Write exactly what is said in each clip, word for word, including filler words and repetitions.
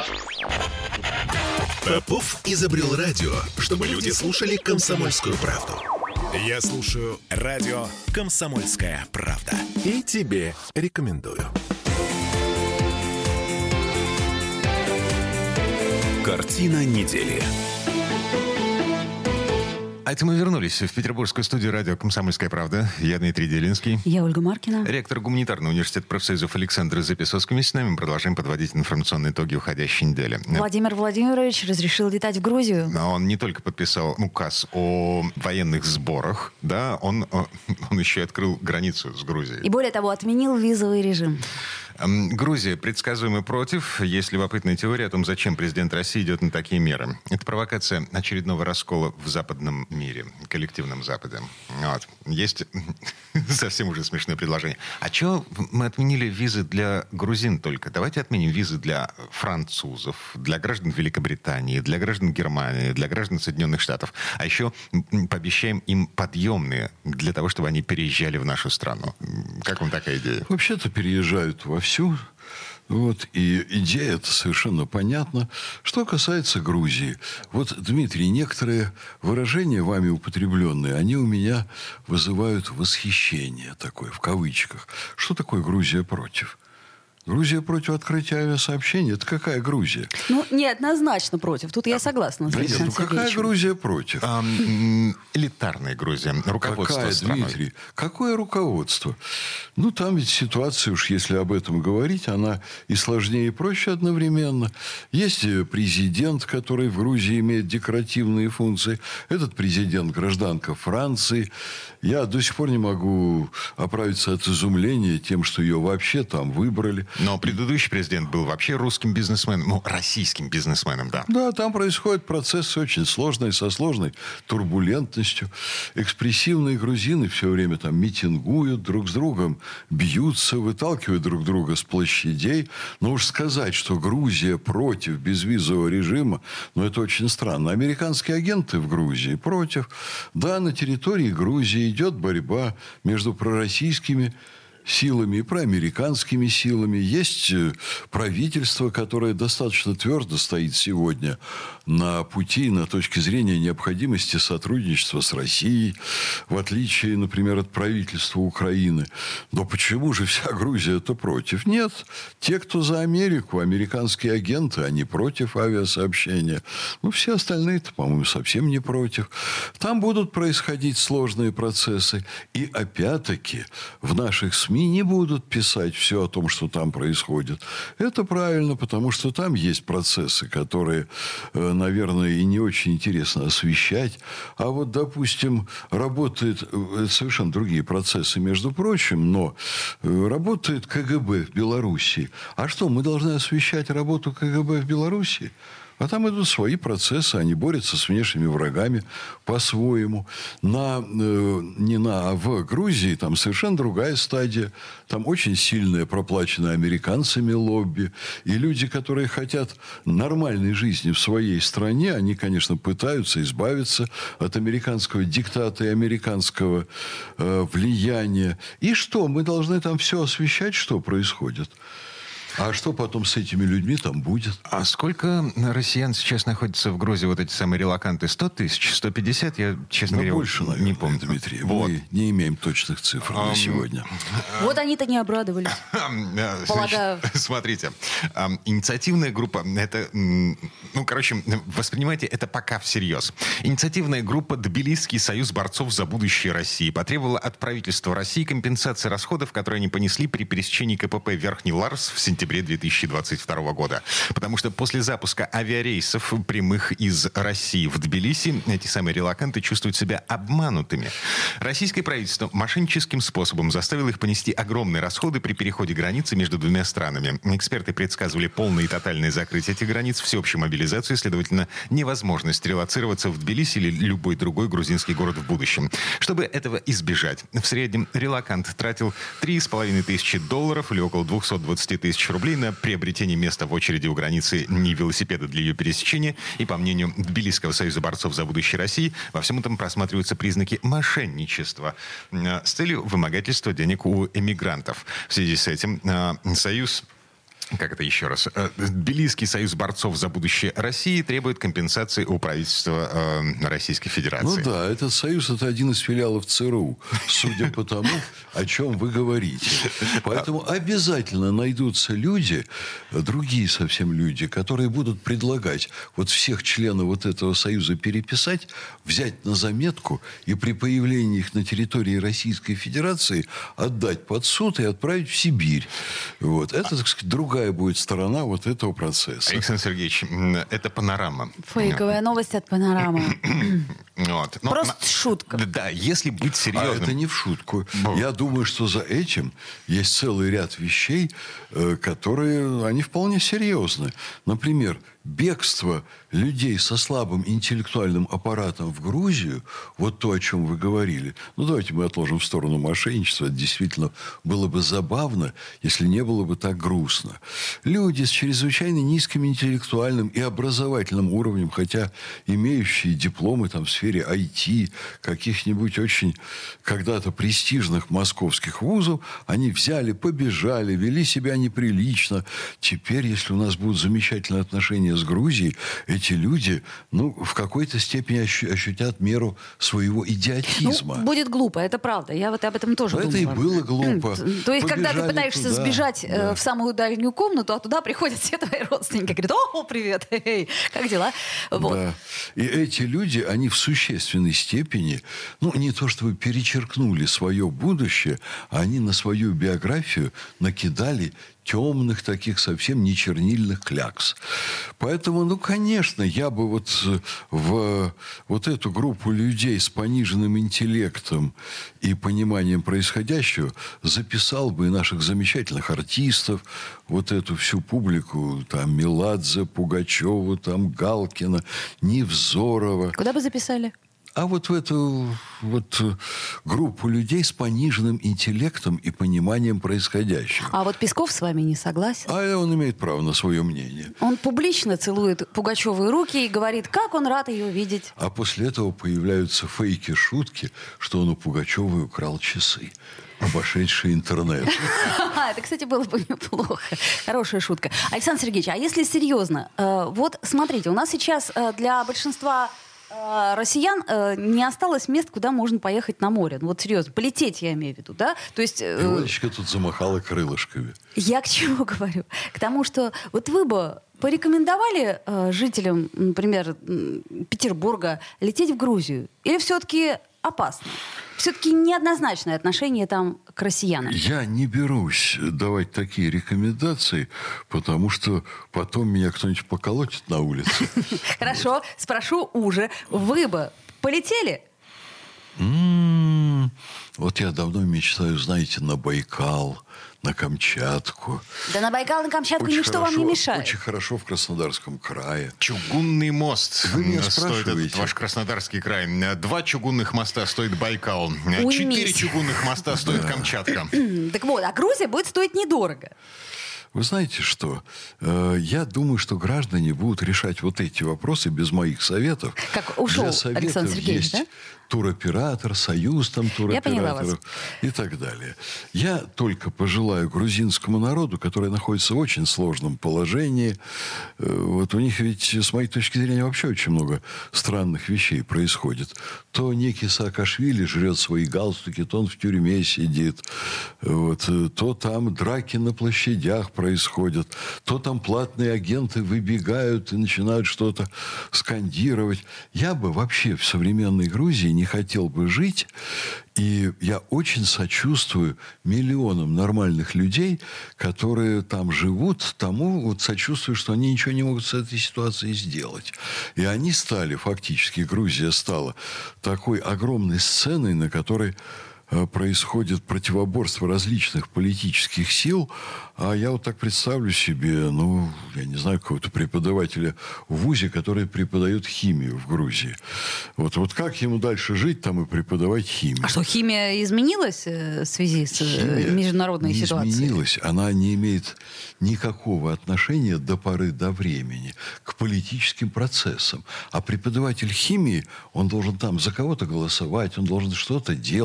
Попов изобрел радио, чтобы люди слушали «Комсомольскую правду». Я слушаю радио «Комсомольская правда». И тебе рекомендую. Картина недели. А это мы вернулись в петербургскую студию радио «Комсомольская правда». Я Дмитрий Делинский. Я Ольга Маркина. Ректор гуманитарного университета профсоюзов Александр Записовский. Вместе с нами продолжаем подводить информационные итоги уходящей недели. Владимир Владимирович разрешил летать в Грузию. Он не только подписал указ о военных сборах, да, он, он еще и открыл границу с Грузией. И более того, отменил визовый режим. Грузия предсказуемо против. Есть любопытная теория о том, зачем президент России идет на такие меры. Это провокация очередного раскола в западном мире, коллективном Западе. Вот. Есть совсем уже смешное предложение. А чего мы отменили визы для грузин только? Давайте отменим визы для французов, для граждан Великобритании, для граждан Германии, для граждан Соединенных Штатов. А еще пообещаем им подъемные для того, чтобы они переезжали в нашу страну. Как вам такая идея? Вообще-то переезжают во всю. Вот, и идея это совершенно понятна. Что касается Грузии. Вот, Дмитрий, некоторые выражения, вами употребленные, они у меня вызывают восхищение такое, в кавычках. Что такое Грузия против? Грузия против открытия авиасообщения? Это какая Грузия? Ну, неоднозначно против. Тут я согласна с Александром Нет, ну какая Грузия против? А, элитарная Грузия. Руководство какая, страной. Дмитрий? Какое руководство? Ну, там ведь ситуация, уж если об этом говорить, она и сложнее, и проще одновременно. Есть президент, который в Грузии имеет декоративные функции. Этот президент гражданка Франции. Я до сих пор не могу оправиться от изумления тем, что ее вообще там выбрали. Но предыдущий президент был вообще русским бизнесменом, ну, российским бизнесменом, да. Да, там происходят процессы очень сложные, со сложной турбулентностью. Экспрессивные грузины все время там митингуют, друг с другом бьются, выталкивают друг друга с площадей. Но уж сказать, что Грузия против безвизового режима, ну, это очень странно. Американские агенты в Грузии против. Да, на территории Грузии идет борьба между пророссийскими силами и проамериканскими силами. Есть правительство, которое достаточно твердо стоит сегодня на пути, на точке зрения необходимости сотрудничества с Россией, в отличие, например, от правительства Украины. Но почему же вся Грузия-то против? Нет. Те, кто за Америку, американские агенты, они против авиасообщения. Ну, все остальные-то, по-моему, совсем не против. Там будут происходить сложные процессы. И опять-таки в наших СМИ не будут писать все о том, что там происходит. Это правильно, потому что там есть процессы, которые, наверное, и не очень интересно освещать. А вот, допустим, работают совершенно другие процессы, между прочим, но работает КГБ в Белоруссии. А что, мы должны освещать работу КГБ в Белоруссии? А там идут свои процессы, они борются с внешними врагами по-своему. На, э, не на, а в Грузии там совершенно другая стадия. Там очень сильное проплаченное американцами лобби. И люди, которые хотят нормальной жизни в своей стране, они, конечно, пытаются избавиться от американского диктата и американского э, влияния. И что? Мы должны там все освещать, что происходит? А что потом с этими людьми там будет? А сколько россиян сейчас находится в Грузии, вот эти самые релоканты? сто тысяч? сто пятьдесят? Я, честно ну, говоря, больше, наверное, не помню. Дмитрий. Вот. Мы не имеем точных цифр um, на сегодня. Вот они-то не обрадовались. Полагаю. Смотрите. Инициативная группа, это, ну, короче, воспринимайте это пока всерьез. Инициативная группа «Тбилисский союз борцов за будущее России» потребовала от правительства России компенсации расходов, которые они понесли при пересечении КПП Верхний Ларс в сентябре две тысячи двадцать второго года. Потому что после запуска авиарейсов прямых из России в Тбилиси эти самые релоканты чувствуют себя обманутыми. Российское правительство мошенническим способом заставило их понести огромные расходы при переходе границы между двумя странами. Эксперты предсказывали полное и тотальное закрытие этих границ, всеобщую мобилизацию, следовательно, невозможность релоцироваться в Тбилиси или любой другой грузинский город в будущем. Чтобы этого избежать, в среднем релокант тратил три с половиной тысячи долларов или около двести двадцать тысяч рублей на приобретение места в очереди у границы и велосипеда для ее пересечения. И, по мнению Тбилисского союза борцов за будущее России, во всем этом просматриваются признаки мошенничества с целью вымогательства денег у эмигрантов. В связи с этим Союз как это еще раз? Тбилисский союз борцов за будущее России требует компенсации у правительства э, Российской Федерации. Ну да, этот союз — это один из филиалов ЦРУ, судя по тому, о чем вы говорите. Поэтому обязательно найдутся люди, другие совсем люди, которые будут предлагать вот всех членов вот этого союза переписать, взять на заметку и при появлении их на территории Российской Федерации отдать под суд и отправить в Сибирь. Вот. Это, так сказать, другая будет сторона вот этого процесса. Александр Сергеевич, это панорама. Фейковая новость от панорамы. Вот. Но, Просто на... шутка. Да, если быть серьезным... А это не в шутку. Бу. Я думаю, что за этим есть целый ряд вещей, которые, они вполне серьезны. Например, бегство людей со слабым интеллектуальным аппаратом в Грузию, вот то, о чем вы говорили. Ну, давайте мы отложим в сторону мошенничества. Это действительно было бы забавно, если не было бы так грустно. Люди с чрезвычайно низким интеллектуальным и образовательным уровнем, хотя имеющие дипломы там, в сфере ай ти, каких-нибудь очень когда-то престижных московских вузов, они взяли, побежали, вели себя неприлично. Теперь, если у нас будут замечательные отношения с Грузией, эти люди, ну, в какой-то степени ощу- ощутят меру своего идиотизма. Ну, будет глупо, это правда. Я вот об этом тоже это думала. и было глупо. То есть, когда ты пытаешься туда, сбежать да. э, в самую дальнюю комнату, а туда приходят все твои родственники, говорят: о, привет, эй, как дела? Вот. Да. И эти люди, они в существенной степени, ну, не то чтобы перечеркнули свое будущее, а они на свою биографию накидали темных таких совсем не чернильных клякс. Поэтому, ну, конечно, я бы вот в вот эту группу людей с пониженным интеллектом и пониманием происходящего записал бы и наших замечательных артистов, вот эту всю публику, там, Меладзе, Пугачева, там, Галкина, Невзорова. Куда бы записали? А вот в эту вот группу людей с пониженным интеллектом и пониманием происходящего. А вот Песков с вами не согласен. А он имеет право на свое мнение. Он публично целует Пугачевой руки и говорит, как он рад ее видеть. А после этого появляются фейки-шутки, что он у Пугачевой украл часы, обошедшие интернет. Это, кстати, было бы неплохо. Хорошая шутка. Александр Сергеевич, а если серьезно? Вот смотрите, у нас сейчас для большинства россиян э, не осталось мест, куда можно поехать на море. Ну вот серьезно, полететь я имею в виду, да? То есть... Э, Иванечка тут замахала крылышками. Я к чему говорю? К тому, что вот вы бы порекомендовали э, жителям, например, Петербурга лететь в Грузию? Или все-таки опасно? Все-таки неоднозначное отношение там к россиянам. Я не берусь давать такие рекомендации, потому что потом меня кто-нибудь поколотит на улице. Хорошо, спрошу уже. Вы бы полетели? Вот я давно мечтаю, знаете, на Байкал, на Камчатку. Да на Байкал, на Камчатку Очень ничто хорошо, вам не мешает. Очень хорошо в Краснодарском крае. Чугунный мост Вы меня стоит спрашиваете. этот ваш Краснодарский край. Два чугунных моста стоит Байкал. Уймись. Четыре чугунных моста стоит Камчатка. Так вот, а Грузия будет стоить недорого. Вы знаете что? Э, я думаю, что граждане будут решать вот эти вопросы без моих советов. Как ушел Для советов Александр Сергеевич, есть да? туроператор, союз там туроператоров и так далее. Я только пожелаю грузинскому народу, который находится в очень сложном положении. Э, вот у них ведь, с моей точки зрения, вообще очень много странных вещей происходит. То некий Саакашвили жрет свои галстуки, то он в тюрьме сидит. Вот, то там драки на площадях происходят, то там платные агенты выбегают и начинают что-то скандировать. Я бы вообще в современной Грузии не хотел бы жить, и я очень сочувствую миллионам нормальных людей, которые там живут, тому вот сочувствую, что они ничего не могут с этой ситуацией сделать. И они стали, фактически, Грузия стала такой огромной сценой, на которой происходит противоборство различных политических сил, а я вот так представлю себе, ну, я не знаю, какого-то преподавателя в вузе, который преподает химию в Грузии. Вот, вот как ему дальше жить там и преподавать химию? А что, химия изменилась в связи с Химия международной не ситуацией? изменилась. Она не имеет никакого отношения до поры до времени к политическим процессам. А преподаватель химии, он должен там за кого-то голосовать, он должен что-то делать. А,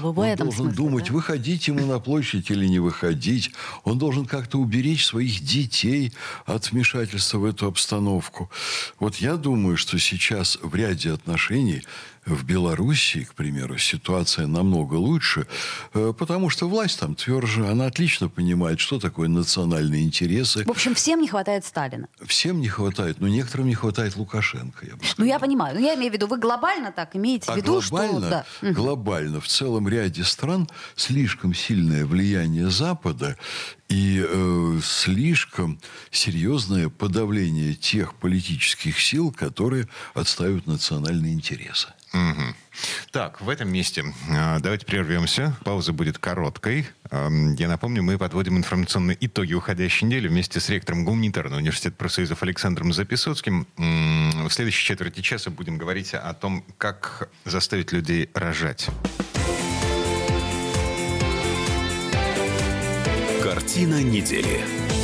в Он этом должен смысле, думать, да? выходить ему на площадь или не выходить. Он должен как-то уберечь своих детей от вмешательства в эту обстановку. Вот я думаю, что сейчас в ряде отношений в Белоруссии, к примеру, ситуация намного лучше, потому что власть там тверже, она отлично понимает, что такое национальные интересы. В общем, всем не хватает Сталина. Всем не хватает, но некоторым не хватает Лукашенко, я бы сказал. Ну, я понимаю. Ну, я имею в виду, вы глобально так имеете А в виду, глобально, что... Да. глобально в целом ряде стран слишком сильное влияние Запада и э, слишком серьезное подавление тех политических сил, которые отстаивают национальные интересы. Угу. Так, в этом месте э, давайте прервемся. Пауза будет короткой. Э, я напомню, мы подводим информационные итоги уходящей недели вместе с ректором Гуманитарного университета профсоюзов Александром Записоцким. Э, в следующей четверти часа будем говорить о том, как заставить людей рожать. Картина недели.